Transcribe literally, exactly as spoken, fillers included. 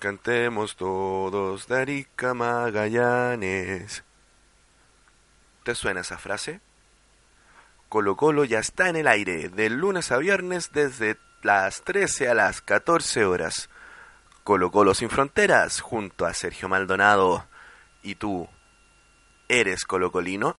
Cantemos todos de Arica a Magallanes. ¿Te suena esa frase? Colo Colo ya está en el aire, de lunes a viernes desde las trece a las catorce horas. Colo Colo sin fronteras, junto a Sergio Maldonado. ¿Y tú, eres colocolino?